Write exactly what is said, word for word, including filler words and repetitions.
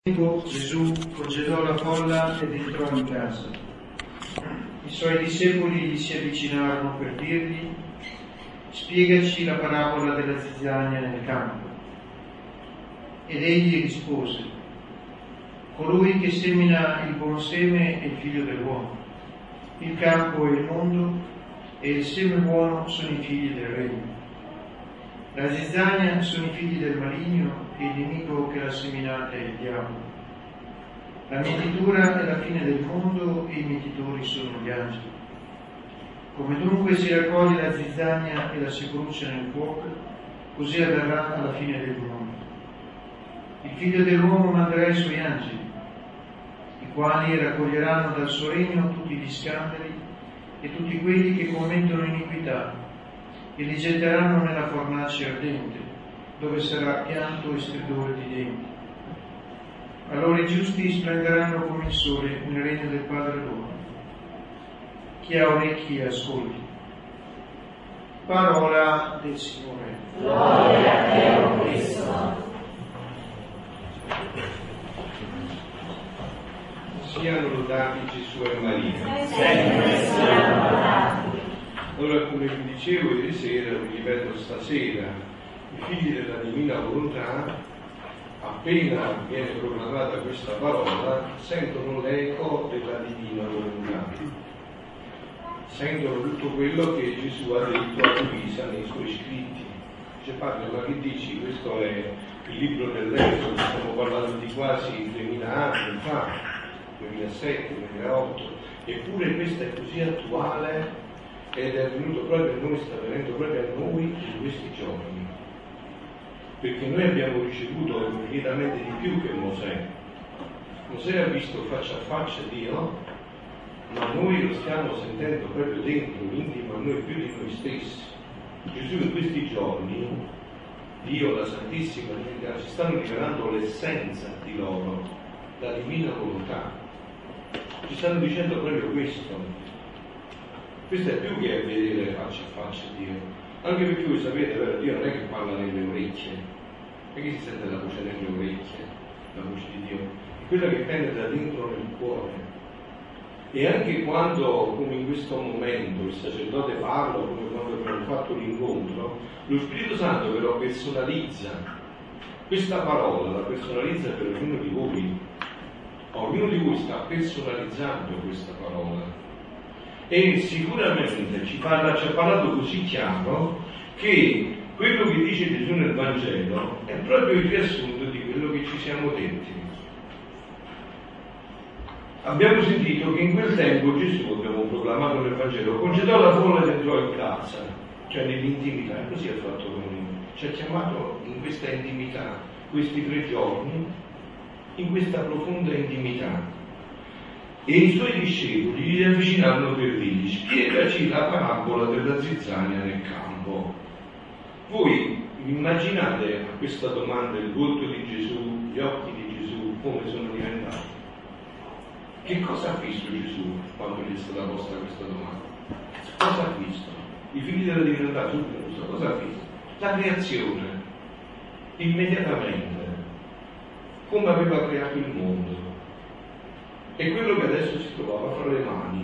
Gesù congedò la folla ed entrò in casa. I suoi discepoli gli si avvicinarono per dirgli: spiegaci la parabola della zizzania nel campo. Ed egli rispose: colui che semina il buon seme è il figlio dell'uomo. Il campo è il mondo e il seme buono sono i figli del regno. La zizzania sono i figli del maligno e il nemico che l'ha seminata è il diavolo. La mietitura è la fine del mondo e i mietitori sono gli angeli. Come dunque si raccoglie la zizzania e la si brucia nel fuoco, così avverrà alla fine del mondo. Il figlio dell'uomo manderà i suoi angeli, i quali raccoglieranno dal suo regno tutti gli scandali e tutti quelli che commettono iniquità, e li getteranno nella fornace ardente, dove sarà pianto e stridore di denti. Allora i giusti splenderanno come il sole nel regno del Padre loro. Chi ha orecchi ascolti. Parola del Signore. Gloria a te, o Cristo. Siano lodati Gesù e Maria. Sempre siano lodati. Allora, come vi dicevo ieri sera, vi ripeto stasera, i figli della divina volontà, appena viene proclamata questa parola, sentono l'eco della divina volontà, sentono tutto quello che Gesù ha detto a Luisa nei suoi scritti. Dice: padre, ma che dici? Questo è il libro dell'Esodo, stiamo parlando di quasi duemila anni fa, duemilasette, duemilaotto, eppure questo è così attuale ed è avvenuto proprio a noi, sta avvenendo proprio a noi in questi giorni, perché noi abbiamo ricevuto infinitamente di più che Mosè. Mosè ha visto faccia a faccia Dio, ma noi lo stiamo sentendo proprio dentro, intimo a noi più di noi stessi. Gesù in questi giorni, Dio, la Santissima Trinità, ci stanno rivelando l'essenza di loro, la divina volontà. Ci stanno dicendo proprio questo. Questo è più che vedere faccia a faccia Dio, anche perché voi sapete, vero, Dio non è che parla nelle orecchie, non è che si sente la voce nelle orecchie, la voce di Dio, è quella che prende da dentro nel cuore. E anche quando, come in questo momento, il sacerdote parla, come quando abbiamo fatto l'incontro, lo Spirito Santo però personalizza questa parola, la personalizza per ognuno di voi. Ognuno di voi sta personalizzando questa parola. E sicuramente ci, parla, ci ha parlato così chiaro che quello che dice Gesù nel Vangelo è proprio il riassunto di quello che ci siamo detti. Abbiamo sentito che in quel tempo Gesù, abbiamo proclamato nel Vangelo, congedò la folla ed entrò in casa, cioè nell'intimità, e così ha fatto con noi. Ci ha chiamato in questa intimità, questi tre giorni, in questa profonda intimità. E i suoi discepoli gli avvicinarono per dirgli: spiegaci la parabola della zizzania nel campo. Voi immaginate a questa domanda il volto di Gesù, gli occhi di Gesù, come sono diventati? Che cosa ha visto Gesù quando gli è stata posta questa domanda? Cosa ha visto? I figli della divinità subito, cosa ha visto? La creazione, immediatamente, come aveva creato il mondo. E quello che adesso si trovava fra le mani,